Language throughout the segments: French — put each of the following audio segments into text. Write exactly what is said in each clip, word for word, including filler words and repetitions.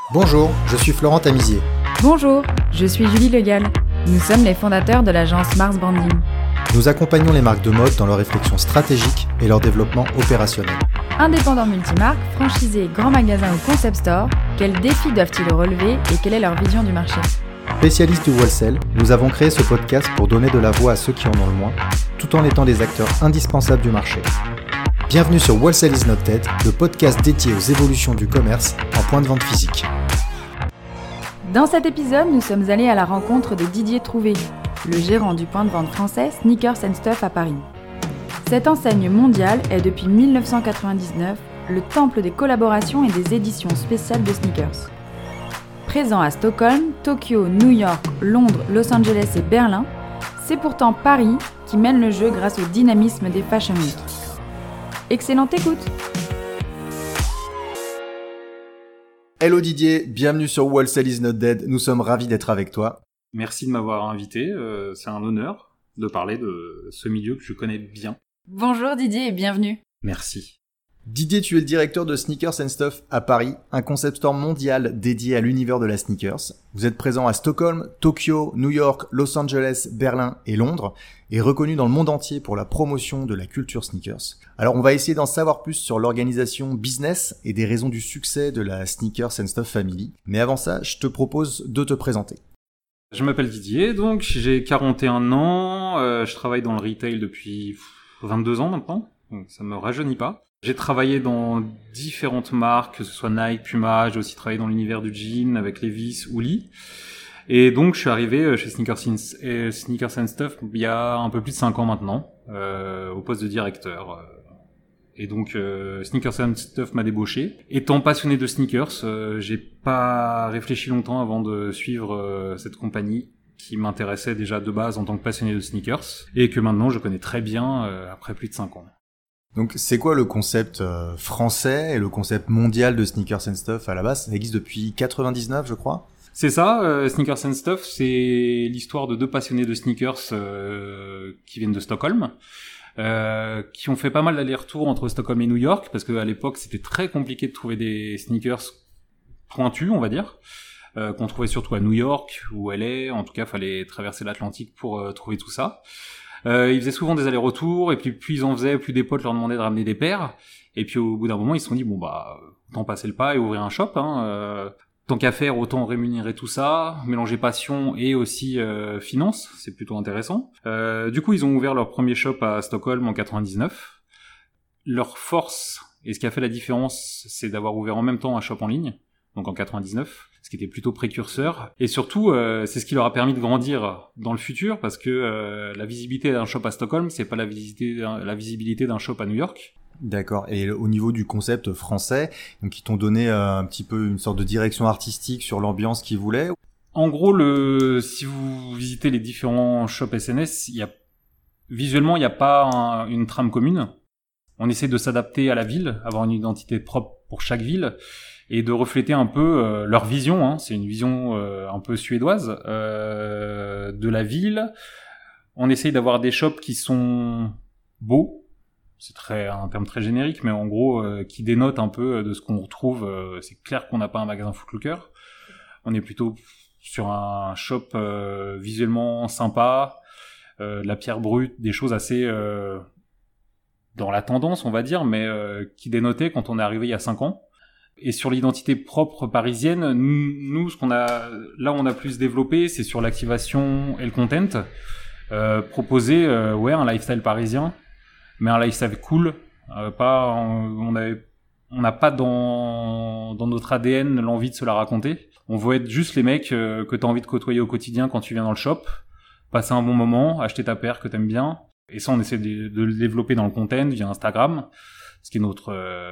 Bonjour, je suis Florent Tamizier. Bonjour, je suis Julie Legal. Nous sommes les fondateurs de l'agence Mars Branding. Nous accompagnons les marques de mode dans leur réflexion stratégique et leur développement opérationnel. Indépendants multimarques, franchisés, grands magasins ou concept stores, quels défis doivent-ils relever et quelle est leur vision du marché ? Spécialistes du wholesale, nous avons créé ce podcast pour donner de la voix à ceux qui en ont le moins, tout en étant des acteurs indispensables du marché. Bienvenue sur Wholesale is not dead, le podcast dédié aux évolutions du commerce en point de vente physique. Dans cet épisode, nous sommes allés à la rencontre de Didier Trouvé, le gérant du point de vente français Sneakers and Stuff à Paris. Cette enseigne mondiale est depuis dix-neuf cent quatre-vingt-dix-neuf le temple des collaborations et des éditions spéciales de sneakers. Présent à Stockholm, Tokyo, New York, Londres, Los Angeles et Berlin, c'est pourtant Paris qui mène le jeu grâce au dynamisme des Fashion Week. Excellente écoute! Hello Didier, bienvenue sur Wholesale is not dead, nous sommes ravis d'être avec toi. Merci de m'avoir invité, euh, c'est un honneur de parler de ce milieu que je connais bien. Bonjour Didier et bienvenue. Merci. Didier, tu es le directeur de Sneakers and Stuff à Paris, un concept store mondial dédié à l'univers de la sneakers. Vous êtes présent à Stockholm, Tokyo, New York, Los Angeles, Berlin et Londres, et reconnu dans le monde entier pour la promotion de la culture sneakers. Alors on va essayer d'en savoir plus sur l'organisation business et des raisons du succès de la Sneakers and Stuff Family. Mais avant ça, je te propose de te présenter. Je m'appelle Didier, donc j'ai quarante et un ans, euh, je travaille dans le retail depuis vingt-deux ans maintenant, donc ça me rajeunit pas. J'ai travaillé dans différentes marques, que ce soit Nike, Puma, j'ai aussi travaillé dans l'univers du jean avec Levi's ou Lee. Et donc je suis arrivé chez Sneakers and, Sneakers and Stuff il y a un peu plus de cinq ans maintenant, euh, au poste de directeur. Et donc euh, Sneakers and Stuff m'a débauché. Étant passionné de sneakers, euh, j'ai pas réfléchi longtemps avant de suivre euh, cette compagnie qui m'intéressait déjà de base en tant que passionné de sneakers et que maintenant je connais très bien euh, après plus de cinq ans. Donc c'est quoi le concept euh, français et le concept mondial de Sneakers and Stuff à la base ? Ça existe depuis quatre-vingt-dix-neuf, je crois. C'est ça, euh, Sneakers and Stuff, c'est l'histoire de deux passionnés de sneakers euh, qui viennent de Stockholm, euh, qui ont fait pas mal d'allers-retours entre Stockholm et New York, parce qu'à l'époque c'était très compliqué de trouver des sneakers pointus, on va dire, euh, qu'on trouvait surtout à New York ou L A. En tout cas, fallait traverser l'Atlantique pour euh, trouver tout ça. Euh, ils faisaient souvent des allers-retours, et puis plus ils en faisaient, plus des potes leur demandaient de ramener des paires. Et puis au bout d'un moment, ils se sont dit, bon bah, autant passer le pas et ouvrir un shop. Hein, euh, tant qu'à faire, autant rémunérer tout ça, mélanger passion et aussi euh, finance, c'est plutôt intéressant. Euh, du coup, ils ont ouvert leur premier shop à Stockholm en quatre-vingt-dix-neuf. Leur force, et ce qui a fait la différence, c'est d'avoir ouvert en même temps un shop en ligne, donc en quatre-vingt-dix-neuf. Ce qui était plutôt précurseur, et surtout euh, c'est ce qui leur a permis de grandir dans le futur, parce que euh, la visibilité d'un shop à Stockholm, c'est pas la visibilité, la visibilité d'un shop à New York. D'accord. Et au niveau du concept français, donc ils t'ont donné euh, un petit peu une sorte de direction artistique sur l'ambiance qu'ils voulaient. En gros, le si vous visitez les différents shops S N S, il y a visuellement il n'y a pas un, une trame commune. On essaie de s'adapter à la ville, avoir une identité propre pour chaque ville, et de refléter un peu euh, leur vision, hein. C'est une vision euh, un peu suédoise euh, de la ville. On essaye d'avoir des shops qui sont beaux, c'est très un terme très générique, mais en gros euh, qui dénote un peu de ce qu'on retrouve. Euh, c'est clair qu'on n'a pas un magasin Foot Locker, on est plutôt sur un shop euh, visuellement sympa, euh, de la pierre brute, des choses assez euh, dans la tendance, on va dire, mais euh, qui dénotaient quand on est arrivé il y a cinq ans. Et sur l'identité propre parisienne, nous, ce qu'on a, là, on a plus développé, c'est sur l'activation et le content. Euh, proposer, euh, ouais, un lifestyle parisien, mais un lifestyle cool. Euh, pas, on avait, on n'a pas dans, dans notre A D N l'envie de se la raconter. On veut être juste les mecs euh, que t'as envie de côtoyer au quotidien quand tu viens dans le shop, passer un bon moment, acheter ta paire que t'aimes bien. Et ça, on essaie de, de le développer dans le content via Instagram, ce qui est notre euh,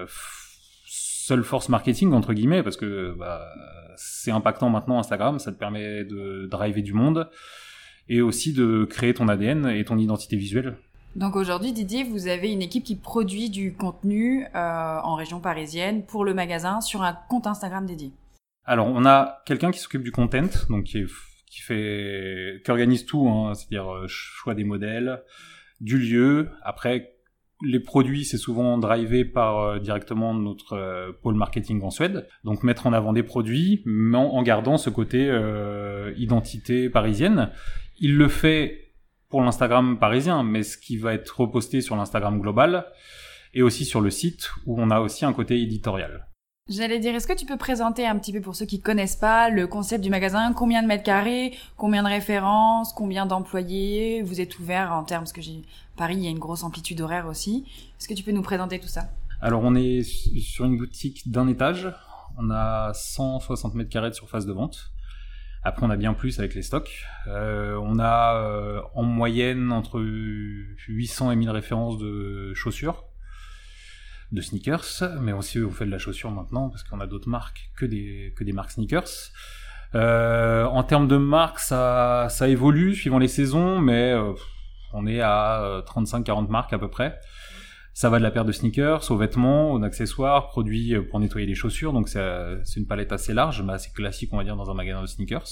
seule force marketing entre guillemets, parce que bah, c'est impactant maintenant Instagram, ça te permet de driver du monde et aussi de créer ton A D N et ton identité visuelle. Donc aujourd'hui Didier, vous avez une équipe qui produit du contenu euh, en région parisienne pour le magasin sur un compte Instagram dédié. Alors on a quelqu'un qui s'occupe du content, donc qui, est, qui fait, qui organise tout, hein, c'est-à-dire choix des modèles, du lieu, après les produits, c'est souvent drivé par euh, directement notre euh, pôle marketing en Suède. Donc mettre en avant des produits, mais en, en gardant ce côté euh, identité parisienne. Il le fait pour l'Instagram parisien, mais ce qui va être reposté sur l'Instagram global et aussi sur le site où on a aussi un côté éditorial. J'allais dire, est-ce que tu peux présenter un petit peu pour ceux qui connaissent pas le concept du magasin, combien de mètres carrés, combien de références, combien d'employés, vous êtes ouvert en termes, parce que j'ai Paris, il y a une grosse amplitude horaire aussi. Est-ce que tu peux nous présenter tout ça? Alors on est sur une boutique d'un étage, on a cent soixante mètres carrés de surface de vente. Après on a bien plus avec les stocks. Euh, on a euh, en moyenne entre huit cents et mille références de chaussures, de sneakers, mais aussi on fait de la chaussure maintenant parce qu'on a d'autres marques que des que des marques sneakers. Euh, en termes de marques, ça ça évolue suivant les saisons, mais euh, on est à trente-cinq à quarante marques à peu près. Ça va de la paire de sneakers aux vêtements, aux accessoires, produits pour nettoyer les chaussures, donc c'est c'est une palette assez large, mais assez classique on va dire dans un magasin de sneakers.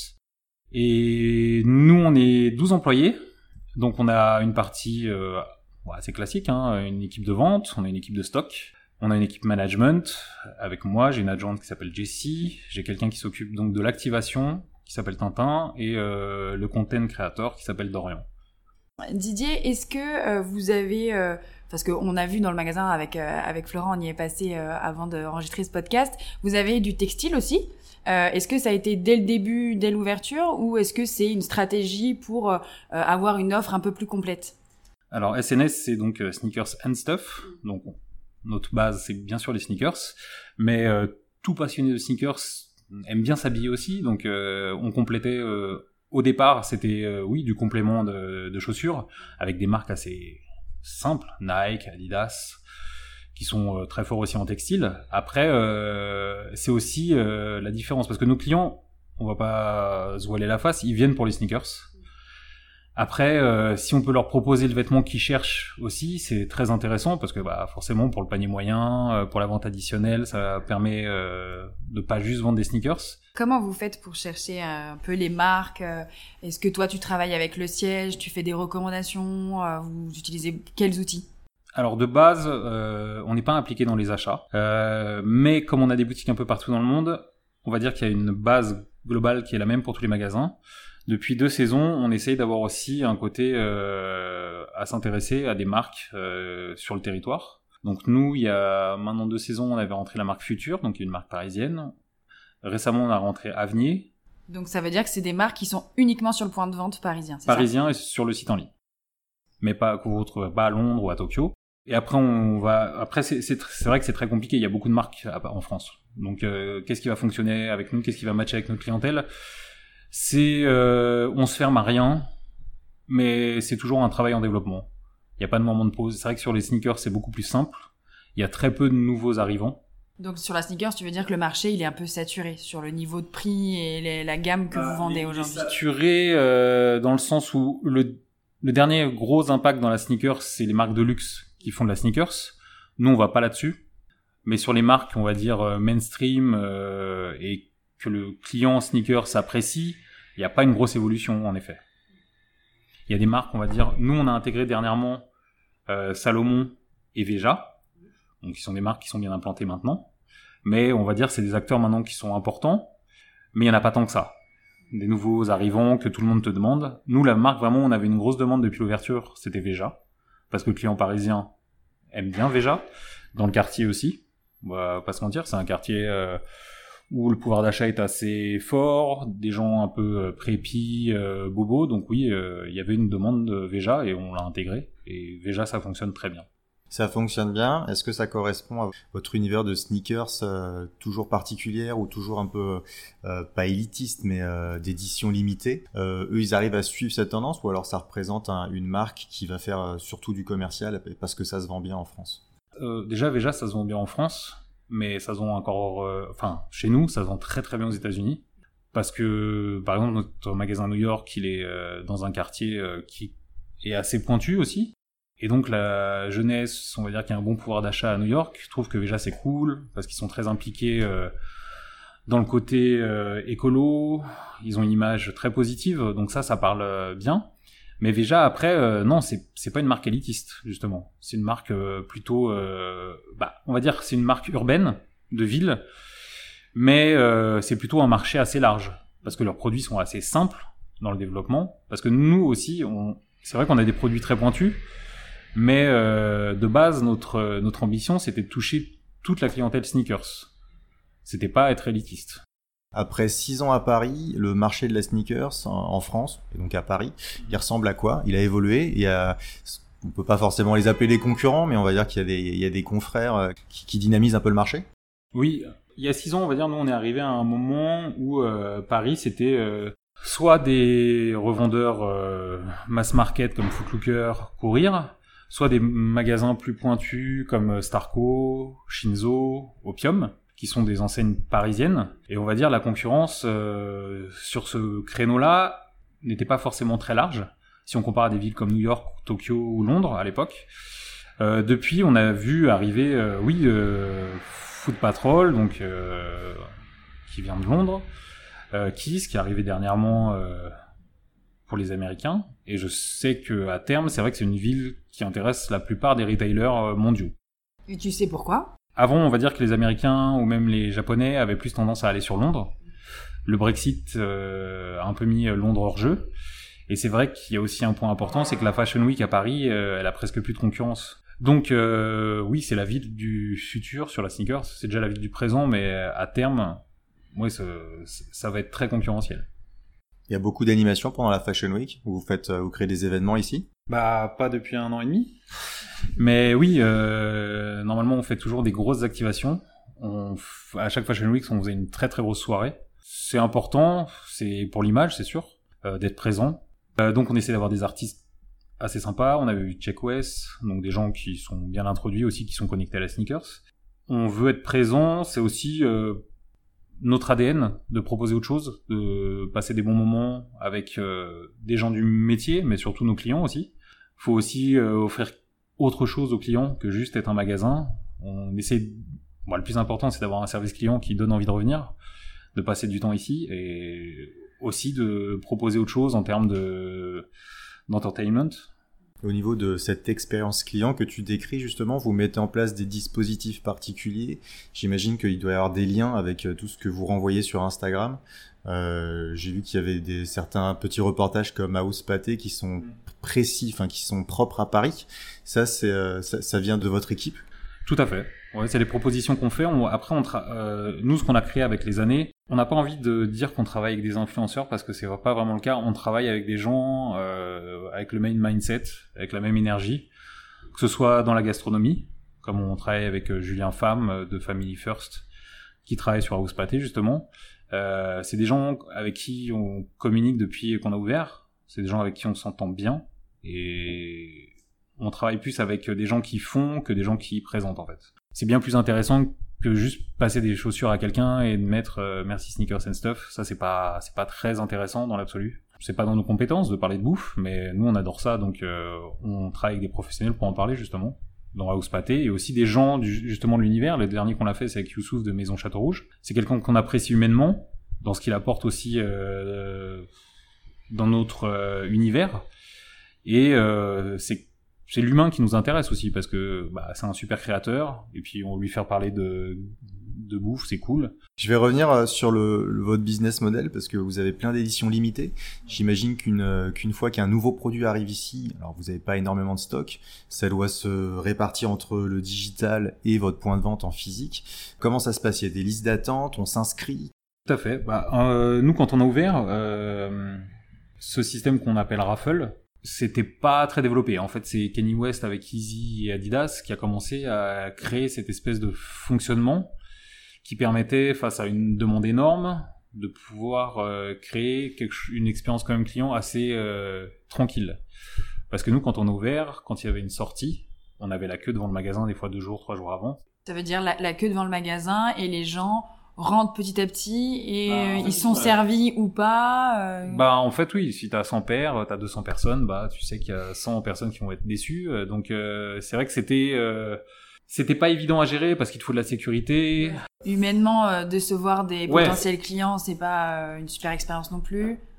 Et nous on est douze employés, donc on a une partie euh, Ouais, c'est classique, hein, une équipe de vente, on a une équipe de stock, on a une équipe management. Avec moi, j'ai une adjointe qui s'appelle Jessie, j'ai quelqu'un qui s'occupe donc de l'activation, qui s'appelle Tintin, et euh, le content creator qui s'appelle Dorian. Didier, est-ce que euh, vous avez, euh, parce qu'on a vu dans le magasin avec euh, avec Florent, on y est passé euh, avant d'enregistrer ce podcast, vous avez du textile aussi. Euh, est-ce que ça a été dès le début, dès l'ouverture, ou est-ce que c'est une stratégie pour euh, avoir une offre un peu plus complète? Alors S N S c'est donc euh, Sneakers and Stuff, donc notre base c'est bien sûr les sneakers, mais euh, tout passionné de sneakers aime bien s'habiller aussi, donc euh, on complétait, euh, au départ c'était euh, oui du complément de, de chaussures, avec des marques assez simples, Nike, Adidas, qui sont euh, très forts aussi en textile. Après euh, c'est aussi euh, la différence, parce que nos clients, on va pas se voiler la face, ils viennent pour les sneakers. Après, euh, si on peut leur proposer le vêtement qu'ils cherchent aussi, c'est très intéressant parce que bah forcément pour le panier moyen, euh, pour la vente additionnelle, ça permet euh, de pas juste vendre des sneakers. Comment vous faites pour chercher un peu les marques? Est-ce que toi tu travailles avec le siège, tu fais des recommandations, vous utilisez quels outils? Alors de base, euh, on n'est pas impliqué dans les achats, euh, mais comme on a des boutiques un peu partout dans le monde, on va dire qu'il y a une base globale qui est la même pour tous les magasins. Depuis deux saisons, on essaye d'avoir aussi un côté euh, à s'intéresser à des marques euh, sur le territoire. Donc nous, il y a maintenant deux saisons, on avait rentré la marque Future, donc une marque parisienne. Récemment, on a rentré Avenir. Donc ça veut dire que c'est des marques qui sont uniquement sur le point de vente parisien, c'est parisien ça? Et sur le site en ligne, mais pas que vous retrouvez pas à Londres ou à Tokyo. Et après, on va. Après, c'est c'est, c'est vrai que c'est très compliqué. Il y a beaucoup de marques en France. Donc, euh, qu'est-ce qui va fonctionner avec nous? Qu'est-ce qui va matcher avec notre clientèle? C'est, euh, on se ferme à rien, mais c'est toujours un travail en développement. Il n'y a pas de moment de pause. C'est vrai que sur les sneakers, c'est beaucoup plus simple. Il y a très peu de nouveaux arrivants. Donc sur la sneakers, tu veux dire que le marché, il est un peu saturé sur le niveau de prix et les, la gamme que euh, vous vendez aujourd'hui? Saturé euh, dans le sens où le, le dernier gros impact dans la sneakers, c'est les marques de luxe qui font de la sneakers. Nous, on va pas là-dessus. Mais sur les marques, on va dire euh, mainstream euh, et que le client sneakers s'apprécie, il n'y a pas une grosse évolution, en effet. Il y a des marques, on va dire, nous, on a intégré dernièrement euh, Salomon et Veja, donc qui sont des marques qui sont bien implantées maintenant, mais on va dire c'est des acteurs maintenant qui sont importants, mais il n'y en a pas tant que ça. Des nouveaux arrivants que tout le monde te demande. Nous, la marque, vraiment, on avait une grosse demande depuis l'ouverture, c'était Veja, parce que le client parisien aime bien Veja, dans le quartier aussi, on va pas se mentir, c'est un quartier... Euh, où le pouvoir d'achat est assez fort, des gens un peu euh, prépi, euh, bobos, donc oui, il euh, y avait une demande de Veja et on l'a intégré, et Veja ça fonctionne très bien. Ça fonctionne bien. Est-ce que ça correspond à votre univers de sneakers euh, toujours particulière ou toujours un peu, euh, pas élitiste, mais euh, d'édition limitée? euh, Eux, ils arrivent à suivre cette tendance ou alors ça représente un, une marque qui va faire euh, surtout du commercial parce que ça se vend bien en France? euh, Déjà, Veja, ça se vend bien en France. Mais ça se vend encore, euh, enfin, chez nous, ça se vend très très bien aux États-Unis. Parce que, par exemple, notre magasin New York, il est euh, dans un quartier euh, qui est assez pointu aussi. Et donc, la jeunesse, on va dire qu'il y a un bon pouvoir d'achat à New York, trouve que Veja c'est cool, parce qu'ils sont très impliqués euh, dans le côté euh, écolo, ils ont une image très positive, donc ça, ça parle bien. Mais Veja, après, euh, non, c'est c'est pas une marque élitiste, justement. C'est une marque euh, plutôt, euh, bah, on va dire, que c'est une marque urbaine de ville, mais euh, c'est plutôt un marché assez large parce que leurs produits sont assez simples dans le développement. Parce que nous aussi, on, c'est vrai qu'on a des produits très pointus, mais euh, de base, notre notre ambition, c'était de toucher toute la clientèle sneakers. C'était pas être élitiste. Après six ans à Paris, le marché de la sneakers en, en France, et donc à Paris, il ressemble à quoi? Il a évolué. Il y a, on peut pas forcément les appeler les concurrents, mais on va dire qu'il y a des, il y a des confrères qui, qui dynamisent un peu le marché. Oui, il y a six ans, on va dire, nous on est arrivé à un moment où euh, Paris c'était euh, soit des revendeurs euh, mass market comme Foot Locker, Courir, soit des magasins plus pointus comme Starco, Shinzo, Opium, qui sont des enseignes parisiennes. Et on va dire la concurrence euh, sur ce créneau-là n'était pas forcément très large, si on compare à des villes comme New York, Tokyo ou Londres à l'époque. Euh, depuis, on a vu arriver, euh, oui, euh, Foot Patrol, donc euh, qui vient de Londres, euh, Kiss, qui est arrivé dernièrement euh, pour les Américains. Et je sais que à terme, c'est vrai que c'est une ville qui intéresse la plupart des retailers mondiaux. Et tu sais pourquoi ? Avant, on va dire que les Américains ou même les Japonais avaient plus tendance à aller sur Londres. Le Brexit euh, a un peu mis Londres hors jeu. Et c'est vrai qu'il y a aussi un point important, c'est que la Fashion Week à Paris, euh, elle a presque plus de concurrence. Donc euh, oui, c'est la ville du futur sur la sneakers. C'est déjà la ville du présent, mais à terme, ouais, ça, ça va être très concurrentiel. Il y a beaucoup d'animations pendant la Fashion Week. Vous faites, vous créez des événements ici? Bah, pas depuis un an et demi. Mais oui, euh, normalement, on fait toujours des grosses activations. On, à chaque Fashion Week, on faisait une très très grosse soirée. C'est important, c'est pour l'image, c'est sûr, euh, d'être présent. Euh, donc, on essaie d'avoir des artistes assez sympas. On avait eu Check West, donc des gens qui sont bien introduits aussi, qui sont connectés à la sneakers. On veut être présent, c'est aussi euh, notre A D N de proposer autre chose, de passer des bons moments avec euh, des gens du métier, mais surtout nos clients aussi. Il faut aussi euh, offrir autre chose aux clients que juste être un magasin. On essaie, bon, le plus important, c'est d'avoir un service client qui donne envie de revenir, de passer du temps ici, et aussi de proposer autre chose en termes de d'entertainment. Au niveau de cette expérience client que tu décris justement, vous mettez en place des dispositifs particuliers. J'imagine qu'il doit y avoir des liens avec tout ce que vous renvoyez sur Instagram. Euh, j'ai vu qu'il y avait des, certains petits reportages comme House Pâté qui sont précis, enfin qui sont propres à Paris. Ça, c'est, euh, ça, ça vient de votre équipe? Tout à fait. Ouais, c'est les propositions qu'on fait. On, après, on tra- euh, nous, ce qu'on a créé avec les années, on n'a pas envie de dire qu'on travaille avec des influenceurs parce que c'est pas vraiment le cas. On travaille avec des gens euh, avec le même mindset, avec la même énergie, que ce soit dans la gastronomie, comme on travaille avec euh, Julien Pham de Family First, qui travaille sur House Pâté justement. Euh, c'est des gens avec qui on communique depuis qu'on a ouvert. C'est des gens avec qui on s'entend bien et on travaille plus avec des gens qui font que des gens qui présentent en fait. C'est bien plus intéressant que juste passer des chaussures à quelqu'un et de mettre euh, merci Sneakers and Stuff. Ça c'est pas c'est pas très intéressant dans l'absolu. C'est pas dans nos compétences de parler de bouffe, mais nous on adore ça, donc euh, on travaille avec des professionnels pour en parler justement dans House Pâté, et aussi des gens du, justement de l'univers. Le dernier qu'on a fait, c'est avec Youssouf de Maison Château Rouge. C'est quelqu'un qu'on apprécie humainement dans ce qu'il apporte aussi euh, dans notre euh, univers, et euh, c'est c'est l'humain qui nous intéresse aussi parce que bah, c'est un super créateur, et puis on lui faire parler de de bouffe, c'est cool. Je vais revenir sur le, le votre business model parce que vous avez plein d'éditions limitées. J'imagine qu'une qu'une fois qu'un nouveau produit arrive ici, alors vous n'avez pas énormément de stock, ça doit se répartir entre le digital et votre point de vente en physique. Comment ça se passe? Il y a des listes d'attente, on s'inscrit? Tout à fait. Bah, euh, nous, quand on a ouvert euh, ce système qu'on appelle Raffle, c'était pas très développé. En fait, c'est Kanye West avec Yeezy et Adidas qui a commencé à créer cette espèce de fonctionnement qui permettait, face à une demande énorme, de pouvoir euh, créer quelque, une expérience quand même client assez euh, tranquille. Parce que nous, quand on a ouvert, quand il y avait une sortie, on avait la queue devant le magasin des fois deux jours, trois jours avant. Ça veut dire la, la queue devant le magasin et les gens rentrent petit à petit et bah, euh, ils sont ouais. servis ou pas euh... Bah en fait oui, si t'as cent paires, t'as deux cents personnes, bah tu sais qu'il y a cent personnes qui vont être déçues. Donc euh, c'est vrai que c'était... Euh, C'était pas évident à gérer parce qu'il te faut de la sécurité. Humainement, euh, décevoir des ouais. potentiels clients, c'est pas euh, une super expérience non plus.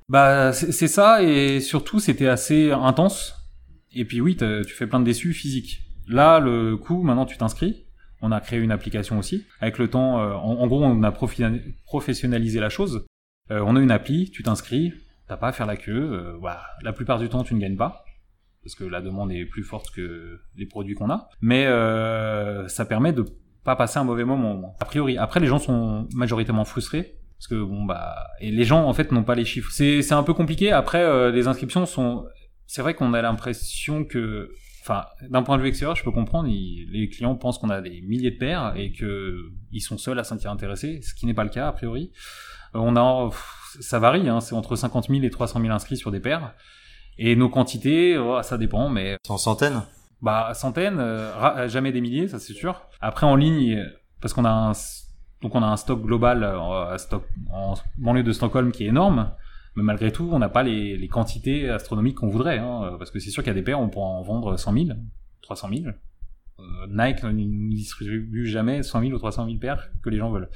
Bah c'est, c'est ça, et surtout c'était assez intense. Et puis oui, tu fais plein de déçus physiques. Là, le coup, maintenant tu t'inscris. On a créé une application aussi. Avec le temps, euh, en, en gros, on a profi- professionnalisé la chose. Euh, on a une appli, tu t'inscris, t'as pas à faire la queue. Euh, voilà. La plupart du temps, tu ne gagnes pas, parce que la demande est plus forte que les produits qu'on a. Mais euh, ça permet de pas passer un mauvais moment, a priori. Après, les gens sont majoritairement frustrés. Parce que bon bah et les gens en fait n'ont pas les chiffres. C'est c'est un peu compliqué. Après euh, les inscriptions sont. C'est vrai qu'on a l'impression que, enfin d'un point de vue extérieur, je peux comprendre. Ils, les clients pensent qu'on a des milliers de paires et que ils sont seuls à s'y intéresser, ce qui n'est pas le cas a priori. Euh, on a, ça varie. Hein, c'est entre cinquante mille et trois cent mille inscrits sur des paires. Et nos quantités, oh, ça dépend, mais. C'est en centaines. Bah centaines, euh, jamais des milliers, ça c'est sûr. Après en ligne, parce qu'on a un Donc on a un stock global euh, stock, en banlieue de Stockholm qui est énorme, mais malgré tout, on n'a pas les, les quantités astronomiques qu'on voudrait, hein, parce que c'est sûr qu'il y a des paires, on pourra en vendre cent mille, trois cent mille. Euh, Nike ne distribue jamais cent mille ou trois cent mille paires que les gens veulent.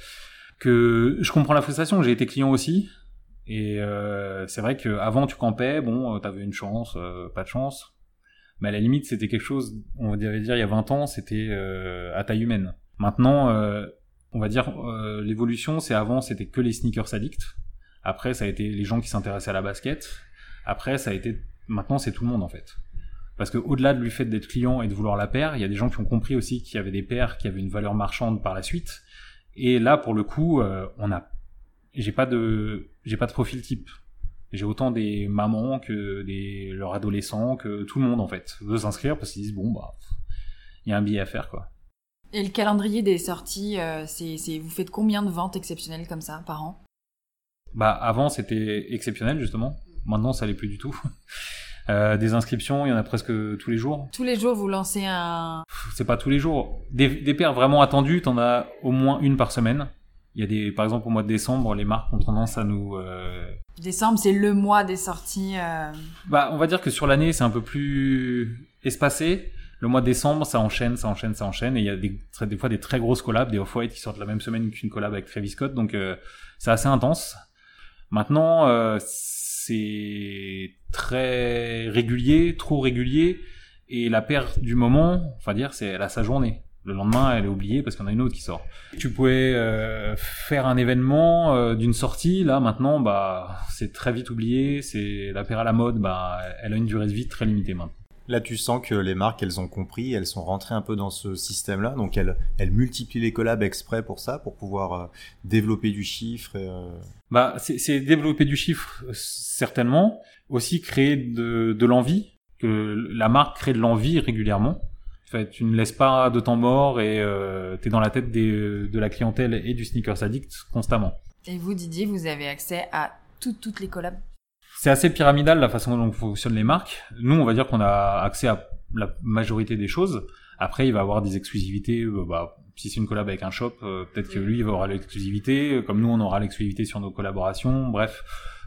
Que je comprends la frustration, j'ai été client aussi, et euh, c'est vrai qu'avant tu campais, bon, euh, t'avais une chance, euh, pas de chance, mais à la limite c'était quelque chose, on va dire il y a vingt ans, c'était euh, à taille humaine. Maintenant, euh, on va dire euh, l'évolution, c'est avant c'était que les sneakers addicts. Après ça a été les gens qui s'intéressaient à la basket. Après ça a été maintenant c'est tout le monde en fait. Parce que au-delà du fait d'être client et de vouloir la paire, il y a des gens qui ont compris aussi qu'il y avait des paires qui avaient une valeur marchande par la suite. Et là pour le coup, euh, on a j'ai pas de j'ai pas de profil type. J'ai autant des mamans que des leurs adolescents que tout le monde en fait veut s'inscrire parce qu'ils disent bon bah il y a un billet à faire quoi. Et le calendrier des sorties, euh, c'est, c'est, vous faites combien de ventes exceptionnelles comme ça par an ? Bah avant c'était exceptionnel justement. Maintenant ça l'est plus du tout. Euh, des inscriptions, il y en a presque tous les jours. Tous les jours vous lancez un. C'est pas tous les jours. Des, des paires vraiment attendues, t'en as au moins une par semaine. Il y a des, par exemple au mois de décembre, les marques ont tendance à nous. Euh... Décembre c'est le mois des sorties. Euh... Bah on va dire que sur l'année c'est un peu plus espacé. Le mois de décembre, ça enchaîne, ça enchaîne, ça enchaîne, et il y a des, très, des fois des très grosses collabs, des Off-White qui sortent la même semaine qu'une collab avec Travis Scott, donc euh, c'est assez intense. Maintenant, euh, c'est très régulier, trop régulier, et la paire du moment, enfin dire, c'est elle a sa journée. Le lendemain, elle est oubliée parce qu'il y en a une autre qui sort. Tu pouvais euh, faire un événement euh, d'une sortie, là maintenant, bah c'est très vite oublié. C'est la paire à la mode, bah elle a une durée de vie très limitée maintenant. Là, tu sens que les marques, elles ont compris, elles sont rentrées un peu dans ce système-là, donc elles, elles multiplient les collabs exprès pour ça, pour pouvoir euh, développer du chiffre. Et, euh... Bah, c'est, c'est développer du chiffre, certainement. Aussi créer de, de l'envie, que la marque crée de l'envie régulièrement. En fait, tu ne laisses pas de temps mort et euh, t'es dans la tête des, de la clientèle et du sneakers addict constamment. Et vous, Didier, vous avez accès à toutes, toutes les collabs ? C'est assez pyramidal la façon dont fonctionnent les marques. Nous, on va dire qu'on a accès à la majorité des choses. Après, il va avoir des exclusivités. Euh, bah, si c'est une collab avec un shop, euh, peut-être que lui, il va avoir l'exclusivité. Comme nous, on aura l'exclusivité sur nos collaborations. Bref,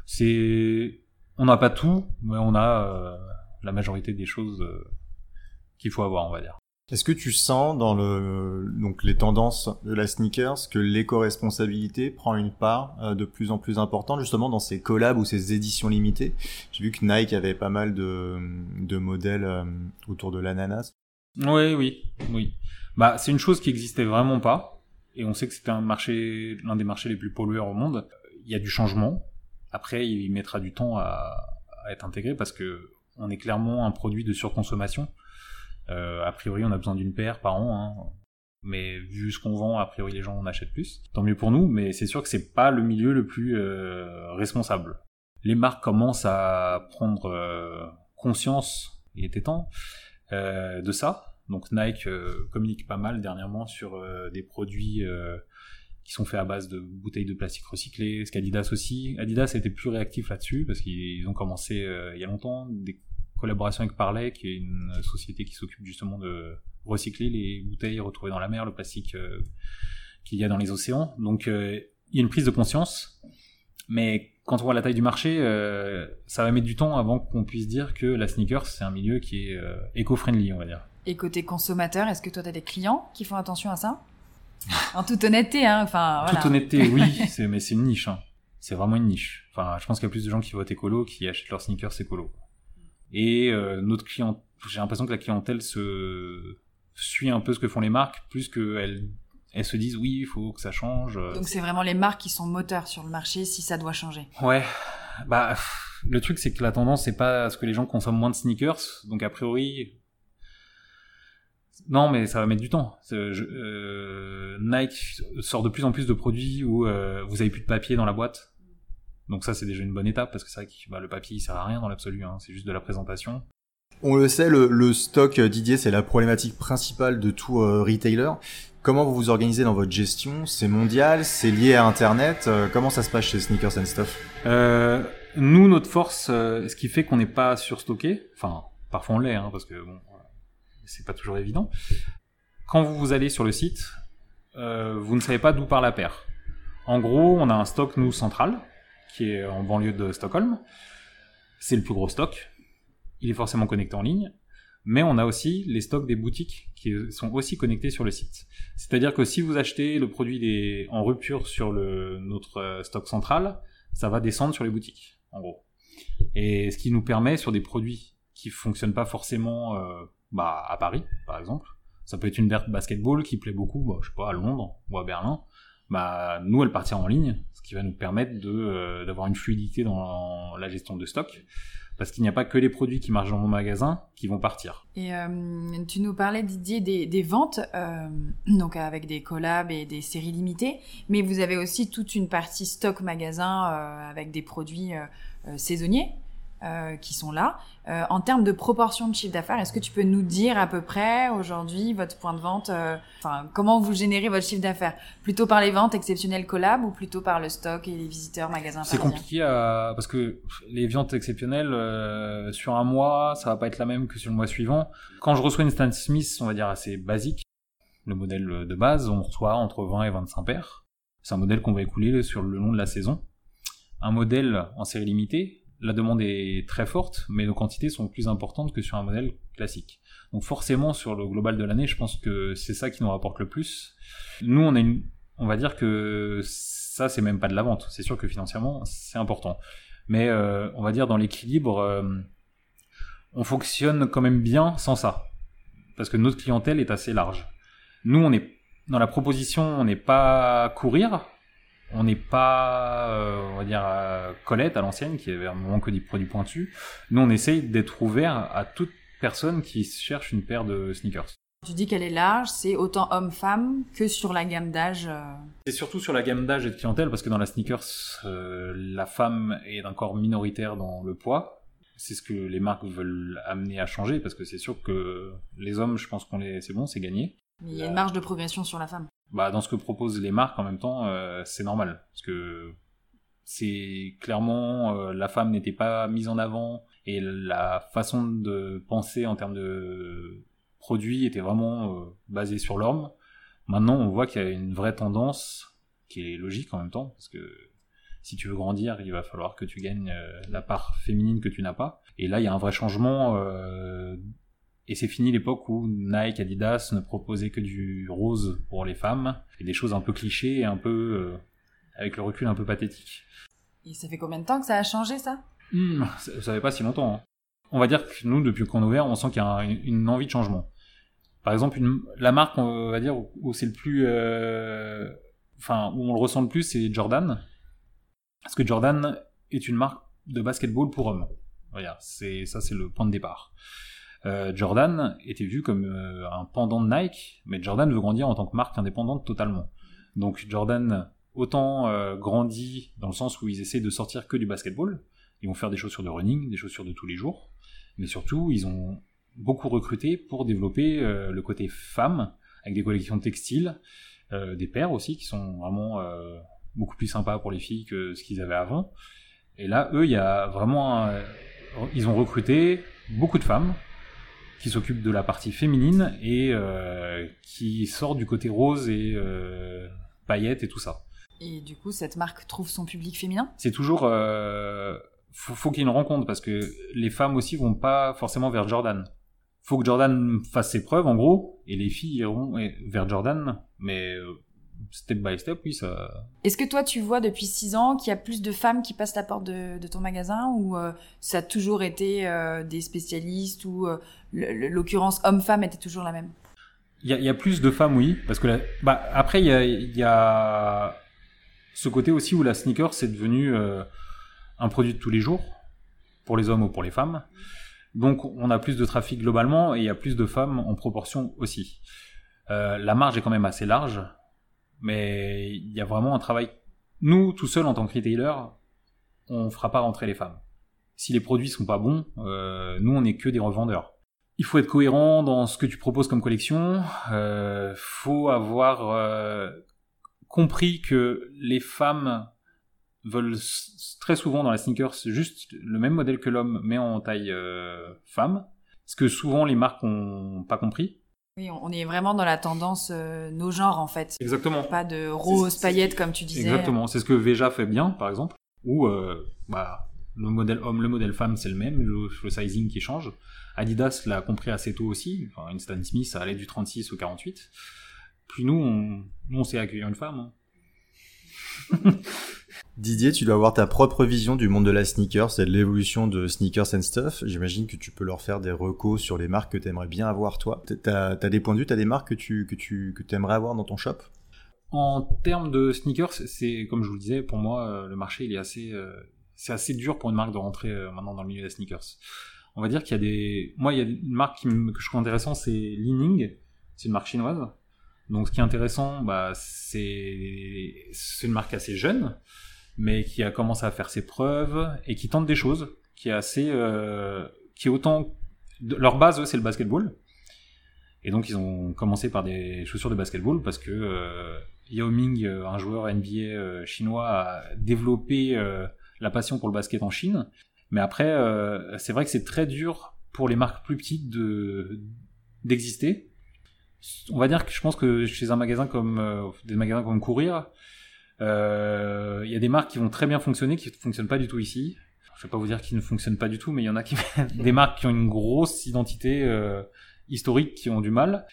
c'est, on n'a pas tout, mais on a euh, la majorité des choses euh, qu'il faut avoir, on va dire. Est-ce que tu sens dans le donc les tendances de la sneakers que l'éco-responsabilité prend une part euh, de plus en plus importante justement dans ces collabs ou ces éditions limitées? J'ai vu que Nike avait pas mal de de modèles euh, autour de l'ananas. Oui, oui, oui. Bah, c'est une chose qui existait vraiment pas, et on sait que c'était un marché, l'un des marchés les plus pollueurs au monde. Il y a du changement. Après, il mettra du temps à, à être intégré parce que on est clairement un produit de surconsommation. Euh, a priori, on a besoin d'une paire par an, hein. Mais vu ce qu'on vend, a priori, les gens en achètent plus. Tant mieux pour nous, mais c'est sûr que c'est pas le milieu le plus euh, responsable. Les marques commencent à prendre euh, conscience, il était temps, euh, de ça. Donc Nike euh, communique pas mal dernièrement sur euh, des produits euh, qui sont faits à base de bouteilles de plastique recyclées. Ce qu'Adidas aussi. Adidas a été plus réactif là-dessus parce qu'ils ont commencé euh, il y a longtemps des collaboration avec Parley, qui est une société qui s'occupe justement de recycler les bouteilles retrouvées dans la mer, le plastique euh, qu'il y a dans les océans. Donc euh, il y a une prise de conscience, mais quand on voit la taille du marché, euh, ça va mettre du temps avant qu'on puisse dire que la sneakers, c'est un milieu qui est euh, éco-friendly, on va dire. Et côté consommateur, est-ce que toi, tu as des clients qui font attention à ça ? En toute honnêteté, hein, enfin, voilà. Toute honnêteté, oui, c'est, mais c'est une niche, hein. c'est vraiment une niche. Enfin, je pense qu'il y a plus de gens qui votent écolo qui achètent leurs sneakers écolo. Et euh, notre client, j'ai l'impression que la clientèle se suit un peu ce que font les marques, plus qu'elles elles se disent oui, il faut que ça change. Donc c'est vraiment les marques qui sont moteurs sur le marché si ça doit changer. Ouais, bah le truc c'est que la tendance c'est pas à ce que les gens consomment moins de sneakers, donc a priori non mais ça va mettre du temps. Je, euh, Nike sort de plus en plus de produits où euh, vous avez plus de papier dans la boîte, donc ça c'est déjà une bonne étape parce que c'est vrai que bah, le papier il sert à rien dans l'absolu, hein, c'est juste de la présentation. On le sait, le, le stock, Didier, c'est la problématique principale de tout euh, retailer. Comment vous vous organisez dans votre gestion ? C'est mondial, c'est lié à Internet. Euh, comment ça se passe chez Sneakers and Stuff ? euh, Nous, notre force, euh, ce qui fait qu'on n'est pas surstocké, enfin, parfois on l'est, hein, parce que bon, c'est pas toujours évident. Quand vous allez sur le site, euh, vous ne savez pas d'où part la paire. En gros, on a un stock, nous, central, qui est en banlieue de Stockholm. C'est le plus gros stock. Il est forcément connecté en ligne. Mais on a aussi les stocks des boutiques qui sont aussi connectés sur le site. C'est-à-dire que si vous achetez le produit des, en rupture sur le, notre stock central, ça va descendre sur les boutiques, en gros. Et ce qui nous permet, sur des produits qui fonctionnent pas forcément euh, bah, à Paris, par exemple, ça peut être une verte basketball qui plaît beaucoup, bah, je sais pas, à Londres ou à Berlin, bah, nous, elle partira en ligne, ce qui va nous permettre de, euh, d'avoir une fluidité dans la gestion de stock. Parce qu'il n'y a pas que les produits qui marchent dans mon magasin qui vont partir. Et euh, tu nous parlais, Didier, des, des ventes, euh, donc avec des collabs et des séries limitées, mais vous avez aussi toute une partie stock magasin euh, avec des produits euh, euh, saisonniers euh, qui sont là. Euh, en termes de proportion de chiffre d'affaires, est-ce que tu peux nous dire à peu près aujourd'hui votre point de vente, euh, enfin comment vous générez votre chiffre d'affaires ? Plutôt par les ventes exceptionnelles collab ou plutôt par le stock et les visiteurs magasins C'est parisiens ? compliqué à... parce que les ventes exceptionnelles euh, sur un mois, ça va pas être la même que sur le mois suivant. Quand je reçois une Stan Smith, on va dire assez basique, le modèle de base, on reçoit entre vingt et vingt-cinq paires. C'est un modèle qu'on va écouler sur le long de la saison. Un modèle en série limitée, la demande est très forte, mais nos quantités sont plus importantes que sur un modèle classique. Donc forcément, sur le global de l'année, je pense que c'est ça qui nous rapporte le plus. Nous, on a une, on va dire que ça, c'est même pas de la vente. C'est sûr que financièrement, c'est important. Mais euh, on va dire dans l'équilibre, euh, on fonctionne quand même bien sans ça. Parce que notre clientèle est assez large. Nous, on est dans la proposition, on n'est pas courir. On n'est pas, euh, on va dire, euh, Colette à l'ancienne, qui avait un moment que des produits pointus. Nous, on essaye d'être ouvert à toute personne qui cherche une paire de sneakers. Tu dis qu'elle est large, c'est autant homme-femme que sur la gamme d'âge. Euh... C'est surtout sur la gamme d'âge et de clientèle, parce que dans la sneakers, euh, la femme est encore minoritaire dans le poids. C'est ce que les marques veulent amener à changer, parce que c'est sûr que les hommes, je pense qu'on les, c'est bon, c'est gagné. Mais il y a une marge de progression sur la femme. Bah, dans ce que proposent les marques, en même temps, euh, c'est normal. Parce que c'est clairement, euh, la femme n'était pas mise en avant et la façon de penser en termes de produits était vraiment euh, basée sur l'homme. Maintenant, on voit qu'il y a une vraie tendance qui est logique en même temps, parce que si tu veux grandir, il va falloir que tu gagnes euh, la part féminine que tu n'as pas. Et là, il y a un vrai changement... Euh, Et c'est fini l'époque où Nike, Adidas ne proposaient que du rose pour les femmes, et des choses un peu clichés et un peu, euh, avec le recul, un peu pathétiques. Et ça fait combien de temps que ça a changé, ça ? Mmh, ça, ça fait pas si longtemps. Hein. On va dire que nous, depuis qu'on est ouvert, on sent qu'il y a un, une, une envie de changement. Par exemple, une, la marque, on va dire, où, où c'est le plus... Euh, enfin, où on le ressent le plus, c'est Jordan. Parce que Jordan est une marque de basketball pour hommes. Regarde, c'est, ça, c'est le point de départ. Euh, Jordan était vu comme euh, un pendant de Nike, mais Jordan veut grandir en tant que marque indépendante totalement. Donc Jordan autant euh, grandit dans le sens où ils essaient de sortir que du basketball, ils vont faire des chaussures de running, des chaussures de tous les jours, mais surtout ils ont beaucoup recruté pour développer euh, le côté femme, avec des collections de textiles, euh, des paires aussi qui sont vraiment euh, beaucoup plus sympas pour les filles que ce qu'ils avaient avant. Et là, eux, il y a vraiment... Un, ils ont recruté beaucoup de femmes qui s'occupe de la partie féminine et euh, qui sort du côté rose et euh, paillettes et tout ça. Et du coup, cette marque trouve son public féminin ? C'est toujours... Euh, faut, faut qu'il y ait une rencontre, parce que les femmes aussi vont pas forcément vers Jordan. Faut que Jordan fasse ses preuves, en gros, et les filles iront vers Jordan, mais euh, step by step, oui, ça... Est-ce que toi, tu vois depuis six ans qu'il y a plus de femmes qui passent la porte de, de ton magasin ou euh, ça a toujours été euh, des spécialistes ou euh, l'occurrence homme-femme était toujours la même? Il y a, il y a plus de femmes, oui, parce que la... bah, après, il y a, il y a ce côté aussi où la sneaker, c'est devenu euh, un produit de tous les jours, pour les hommes ou pour les femmes. Donc, on a plus de trafic globalement et il y a plus de femmes en proportion aussi. Euh, la marge est quand même assez large, mais il y a vraiment un travail. Nous, tout seuls en tant que retailer, on fera pas rentrer les femmes. Si les produits sont pas bons, euh, nous, on n'est que des revendeurs. Il faut être cohérent dans ce que tu proposes comme collection. Euh, faut avoir euh, compris que les femmes veulent très souvent dans la sneakers juste le même modèle que l'homme, mais en taille euh, femme. Ce que souvent les marques ont pas compris. Oui, on est vraiment dans la tendance euh, nos genres en fait. Exactement. Pas de rose, paillettes comme tu disais. Exactement. C'est ce que Veja fait bien, par exemple. Où euh, bah, le modèle homme, le modèle femme, c'est le même, le, le sizing qui change. Adidas l'a compris assez tôt aussi. Enfin, une Stan Smith, ça allait du trente-six au quarante-huit. Puis nous, on, nous, on sait accueillir une femme. Hein. Didier, tu dois avoir ta propre vision du monde de la sneakers et de l'évolution de Sneakers and Stuff. J'imagine que tu peux leur faire des recos sur les marques que tu aimerais bien avoir, toi. T'as, t'as des points de vue, t'as des marques que tu, que tu, que t'aimerais avoir dans ton shop? En termes de sneakers, c'est, comme je vous le disais, pour moi, le marché, il est assez, euh, c'est assez dur pour une marque de rentrer euh, maintenant dans le milieu des sneakers. On va dire qu'il y a des, moi, il y a une marque qui me, que je trouve intéressante, c'est Li-Ning. C'est une marque chinoise. Donc, ce qui est intéressant, bah, c'est, c'est une marque assez jeune, mais qui a commencé à faire ses preuves et qui tente des choses, qui est assez, euh, qui est autant, leur base, eux, c'est le basketball. Et donc, ils ont commencé par des chaussures de basketball parce que euh, Yao Ming, un joueur N B A euh, chinois, a développé euh, la passion pour le basket en Chine. Mais après, euh, c'est vrai que c'est très dur pour les marques plus petites de, d'exister. On va dire que je pense que chez un magasin comme, euh, des magasins comme Courir, il euh, y a des marques qui vont très bien fonctionner, qui ne fonctionnent pas du tout ici. Je ne vais pas vous dire qu'ils ne fonctionnent pas du tout, mais il y en a qui des marques qui ont une grosse identité euh, historique, qui ont du mal.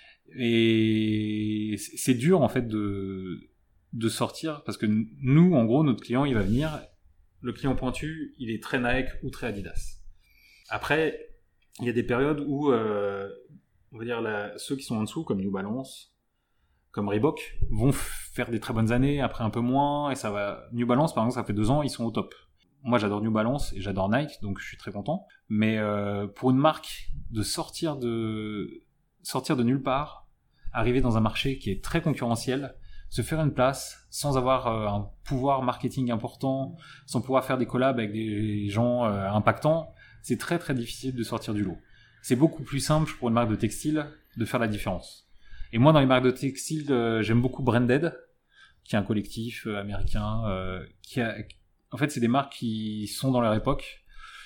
Et c'est dur en fait de, de sortir, parce que nous, en gros, notre client, il va venir, le client pointu, il est très Nike ou très Adidas. Après, il y a des périodes où, euh, on va dire, la, ceux qui sont en dessous, comme New Balance, comme Reebok, vont faire des très bonnes années, après un peu moins, et ça va... New Balance, par exemple, ça fait deux ans, ils sont au top. Moi, j'adore New Balance et j'adore Nike, donc je suis très content. Mais euh, pour une marque, de sortir de sortir de nulle part, arriver dans un marché qui est très concurrentiel, se faire une place, sans avoir euh, un pouvoir marketing important, sans pouvoir faire des collabs avec des gens euh, impactants, c'est très très difficile de sortir du lot. C'est beaucoup plus simple pour une marque de textile de faire la différence. Et moi, dans les marques de textile, euh, j'aime beaucoup Branded, qui est un collectif euh, américain, euh, qui a... En fait, c'est des marques qui sont dans leur époque.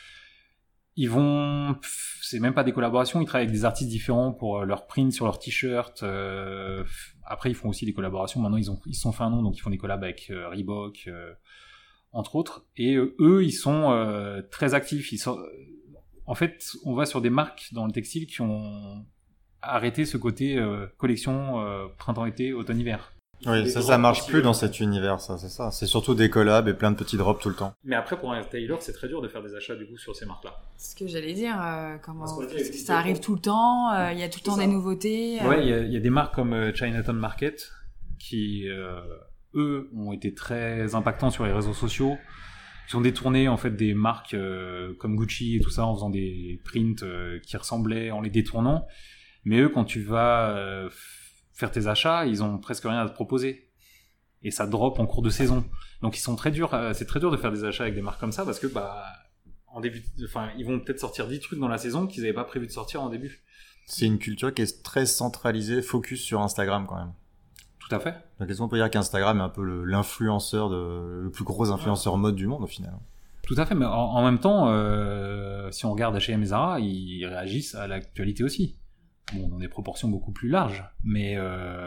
Ils vont... C'est même pas des collaborations, ils travaillent avec des artistes différents pour euh, leurs prints sur leurs t-shirts. Euh... Après, ils font aussi des collaborations. Maintenant, ils ont ils se sont fait un nom, donc ils font des collabs avec euh, Reebok, euh, entre autres. Et euh, eux, ils sont euh, très actifs. Ils sont... En fait, on va sur des marques dans le textile qui ont arrêté ce côté euh, collection euh, printemps-été, automne-hiver. Oui, ça, ça marche plus dans cet univers, ça, c'est ça. C'est surtout des collabs et plein de petits drops tout le temps. Mais après, pour un retailer, c'est très dur de faire des achats, du coup, sur ces marques-là. C'est ce que j'allais dire, euh, comment... Parce Parce que ça arrive tout le temps, il euh, y a tout le temps des nouveautés. Euh... Ouais, il y, y a des marques comme euh, Chinatown Market, qui, euh, eux, ont été très impactants sur les réseaux sociaux. Ils ont détourné, en fait, des marques euh, comme Gucci et tout ça, en faisant des prints euh, qui ressemblaient, en les détournant. Mais eux, quand tu vas euh, faire tes achats, ils ont presque rien à te proposer. Et ça drop en cours de saison. Donc ils sont très durs, euh, c'est très dur de faire des achats avec des marques comme ça, parce que, bah, en début, enfin, ils vont peut-être sortir dix trucs dans la saison qu'ils n'avaient pas prévu de sortir en début. C'est une culture qui est très centralisée, focus sur Instagram quand même. Tout à fait. Donc on peut dire qu'Instagram est un peu le, l'influenceur, de, le plus gros influenceur mode du monde au final. Tout à fait, mais en, en même temps, euh, si on regarde H et M et Zara, ils réagissent à l'actualité aussi. Bon, dans des proportions beaucoup plus larges, mais euh,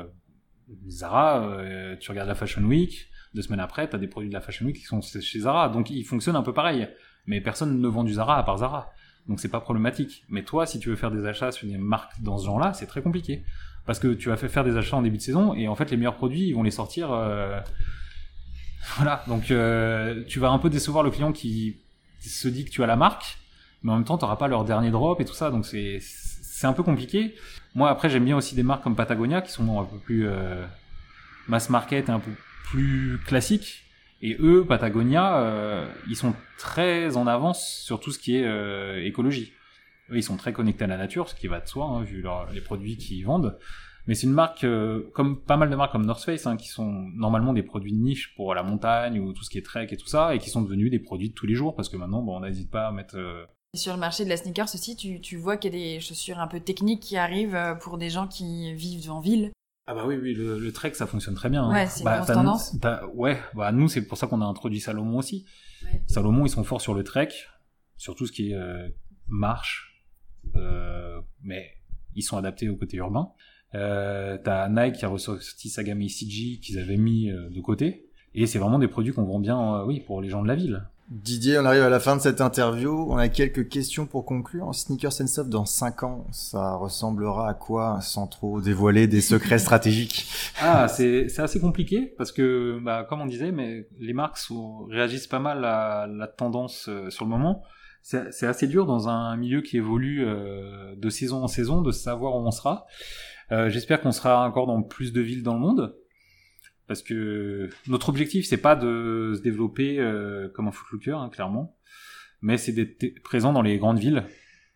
Zara, euh, tu regardes la Fashion Week, deux semaines après, t'as des produits de la Fashion Week qui sont chez Zara, donc ils fonctionnent un peu pareil, mais personne ne vend du Zara à part Zara, donc c'est pas problématique. Mais toi, si tu veux faire des achats sur des marques dans ce genre-là, c'est très compliqué. Parce que tu vas faire des achats en début de saison et en fait les meilleurs produits ils vont les sortir. Euh... Voilà, donc euh, tu vas un peu décevoir le client qui se dit que tu as la marque, mais en même temps t'auras pas leur dernier drop et tout ça, donc c'est c'est un peu compliqué. Moi après j'aime bien aussi des marques comme Patagonia qui sont un peu plus euh, mass market et un peu plus classiques. Et eux, Patagonia, euh, ils sont très en avance sur tout ce qui est euh, écologie. Eux, ils sont très connectés à la nature, ce qui va de soi, hein, vu leur, les produits qu'ils vendent. Mais c'est une marque, euh, comme pas mal de marques comme North Face, hein, qui sont normalement des produits de niche pour la montagne ou tout ce qui est trek et tout ça, et qui sont devenus des produits de tous les jours, parce que maintenant, bon, on n'hésite pas à mettre... Euh... Sur le marché de la sneakers aussi, tu, tu vois qu'il y a des chaussures un peu techniques qui arrivent pour des gens qui vivent en ville. Ah bah oui, oui, le, le trek, ça fonctionne très bien. Hein. Ouais, c'est bah, une grosse tendance. T'as, ouais, bah nous, c'est pour ça qu'on a introduit Salomon aussi. Ouais. Salomon, ils sont forts sur le trek, sur tout ce qui est euh, marche, euh, mais ils sont adaptés au côté urbain. Euh, t'as Nike qui a ressorti sa gamme E C G qu'ils avaient mis euh, de côté, et c'est vraiment des produits qu'on vend bien, euh, oui, pour les gens de la ville. Didier, on arrive à la fin de cette interview. On a quelques questions pour conclure. Sneakers and Stuff dans cinq ans, ça ressemblera à quoi sans trop dévoiler des secrets stratégiques? Ah, c'est, c'est assez compliqué parce que, bah, comme on disait, mais les marques sont, réagissent pas mal à la tendance euh, sur le moment. C'est, c'est assez dur dans un milieu qui évolue euh, de saison en saison de savoir où on sera. Euh, j'espère qu'on sera encore dans plus de villes dans le monde. Parce que notre objectif, c'est pas de se développer euh, comme un Foot Locker, hein, clairement, mais c'est d'être t- présent dans les grandes villes.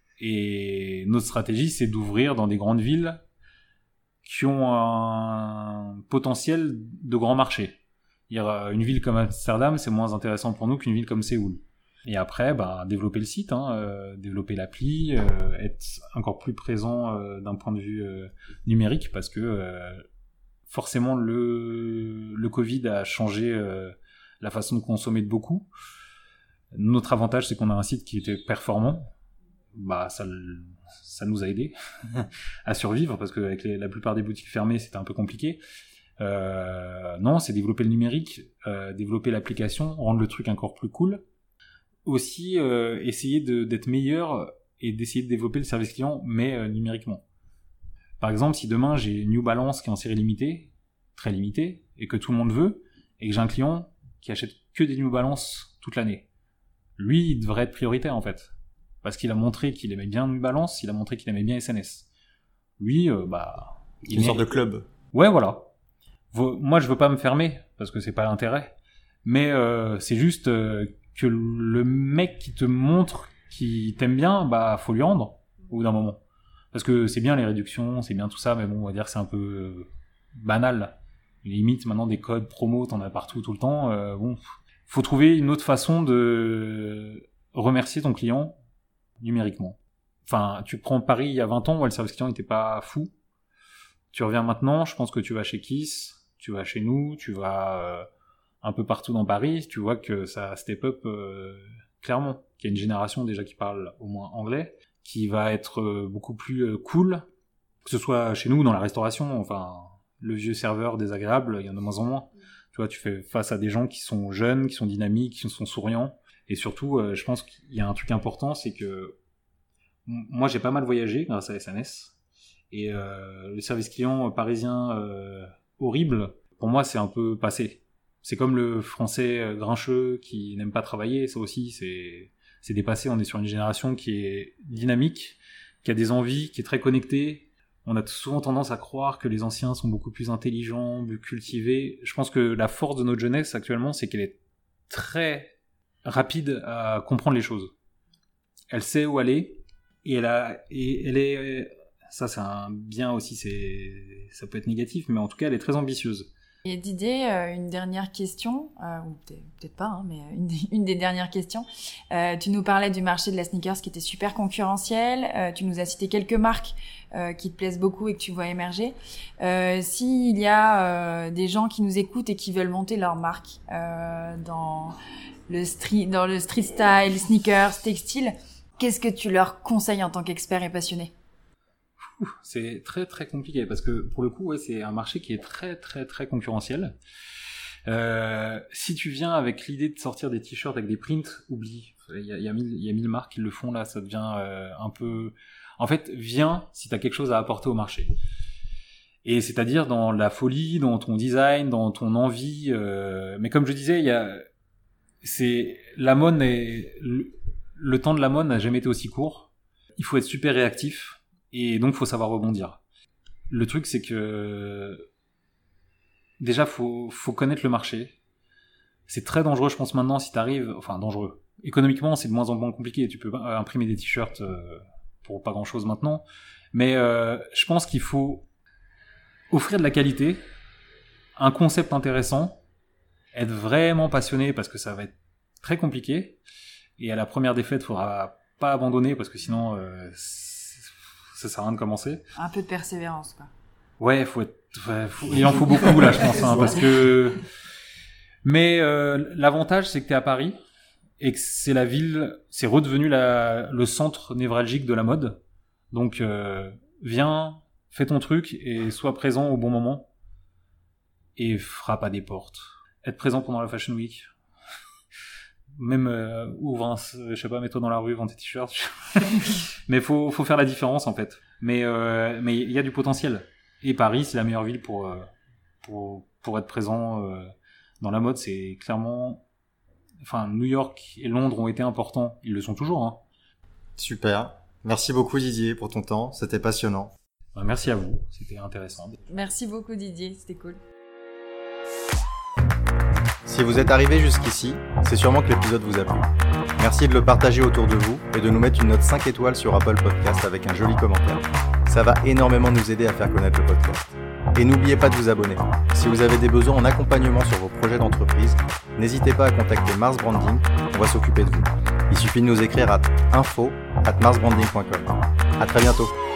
Et notre stratégie, c'est d'ouvrir dans des grandes villes qui ont un potentiel de grand marché. Une ville comme Amsterdam, c'est moins intéressant pour nous qu'une ville comme Séoul. Et après, bah, développer le site, hein, euh, développer l'appli, euh, être encore plus présent euh, d'un point de vue euh, numérique, parce que euh, forcément, le, le Covid a changé euh, la façon de consommer de beaucoup. Notre avantage, c'est qu'on a un site qui était performant. Bah, ça, ça nous a aidé à survivre, parce qu'avec les, la plupart des boutiques fermées, c'était un peu compliqué. Euh, non, c'est développer le numérique, euh, développer l'application, rendre le truc encore plus cool. Aussi, euh, essayer de, d'être meilleur et d'essayer de développer le service client, mais euh, numériquement. Par exemple, si demain j'ai New Balance qui est en série limitée, très limitée, et que tout le monde veut, et que j'ai un client qui achète que des New Balance toute l'année, lui, il devrait être prioritaire en fait. Parce qu'il a montré qu'il aimait bien New Balance, il a montré qu'il aimait bien S N S. Lui, euh, bah... Il une est... sorte de club. Ouais, voilà. Moi, je veux pas me fermer, parce que c'est pas l'intérêt. Mais euh, c'est juste euh, que le mec qui te montre qu'il t'aime bien, bah, faut lui rendre, au bout d'un moment. Parce que c'est bien les réductions, c'est bien tout ça, mais bon, on va dire que c'est un peu euh, banal. Limite, maintenant, des codes promo, t'en as partout tout le temps. Euh, bon, faut trouver une autre façon de remercier ton client numériquement. Enfin, tu prends Paris il y a vingt ans, où le service client n'était pas fou. Tu reviens maintenant, je pense que tu vas chez Kiss, tu vas chez nous, tu vas euh, un peu partout dans Paris, tu vois que ça step up euh, clairement. Qu'il y a une génération déjà qui parle au moins anglais, qui va être euh, beaucoup plus euh, cool, que ce soit chez nous ou dans la restauration. Enfin, le vieux serveur désagréable, il y en a de moins en moins. Tu vois, tu fais face à des gens qui sont jeunes, qui sont dynamiques, qui sont souriants. Et surtout, euh, je pense qu'il y a un truc important, c'est que m- moi j'ai pas mal voyagé grâce à S N S. Et euh, le service client parisien euh, horrible, pour moi c'est un peu passé. C'est comme le français grincheux qui n'aime pas travailler, ça aussi c'est, c'est dépassé. On est sur une génération qui est dynamique, qui a des envies, qui est très connectée. On a souvent tendance à croire que les anciens sont beaucoup plus intelligents, plus cultivés. Je pense que la force de notre jeunesse actuellement, c'est qu'elle est très rapide à comprendre les choses. Elle sait où aller, et elle, a, et elle est... Ça, c'est un bien aussi, c'est, ça peut être négatif, mais en tout cas, elle est très ambitieuse. Et Didier, euh, une dernière question, euh, ou peut-être, peut-être pas, hein, mais une des, une des dernières questions. Euh, tu nous parlais du marché de la sneakers qui était super concurrentiel. Euh, tu nous as cité quelques marques euh, qui te plaisent beaucoup et que tu vois émerger. Euh, s'il y a euh, des gens qui nous écoutent et qui veulent monter leur marque euh, dans le street, dans le street style, sneakers, textile, qu'est-ce que tu leur conseilles en tant qu'expert et passionné ? C'est très très compliqué parce que pour le coup ouais, c'est un marché qui est très très très concurrentiel. Euh, si tu viens avec l'idée de sortir des t-shirts avec des prints, oublie. Il y a, il y a mille, il y a mille marques qui le font là, ça devient euh, un peu... En fait, viens si t'as quelque chose à apporter au marché. Et c'est-à-dire dans la folie, dans ton design, dans ton envie. Euh... Mais comme je disais, il y a, c'est la mode est le... le temps de la mode n'a jamais été aussi court. Il faut être super réactif et donc faut savoir rebondir. Le truc, c'est que déjà faut faut connaître le marché. C'est très dangereux, je pense maintenant si t'arrives, enfin dangereux. Économiquement, c'est de moins en moins compliqué. Tu peux imprimer des t-shirts euh, pour pas grand-chose maintenant, mais euh, je pense qu'il faut offrir de la qualité, un concept intéressant, être vraiment passionné parce que ça va être très compliqué. Et à la première défaite, il faudra pas abandonner parce que sinon, euh, ça sert à rien de commencer. Un peu de persévérance, quoi. Ouais, faut être, ouais, faut, il en faut beaucoup là, je pense, hein, parce que. Mais euh, l'avantage, c'est que t'es à Paris et que c'est la ville, c'est redevenu la, le centre névralgique de la mode. Donc, euh, viens. Fais ton truc et sois présent au bon moment et frappe à des portes. Être présent pendant la Fashion Week. Même euh, ouvre un, je sais pas, mets-toi dans la rue, vends tes t-shirts. Mais faut faut faire la différence en fait. Mais euh, mais il y a du potentiel. Et Paris, c'est la meilleure ville pour euh, pour pour être présent euh, dans la mode. C'est clairement, enfin New York et Londres ont été importants. Ils le sont toujours. Hein. Super. Merci beaucoup Didier pour ton temps. C'était passionnant. Merci à vous, c'était intéressant. Merci beaucoup Didier, c'était cool. Si vous êtes arrivé jusqu'ici, c'est sûrement que l'épisode vous a plu. Merci de le partager autour de vous et de nous mettre une note cinq étoiles sur Apple Podcast avec un joli commentaire. Ça va énormément nous aider à faire connaître le podcast. Et n'oubliez pas de vous abonner. Si vous avez des besoins en accompagnement sur vos projets d'entreprise, n'hésitez pas à contacter Mars Branding, on va s'occuper de vous. Il suffit de nous écrire à info arobase mars branding point com. À très bientôt.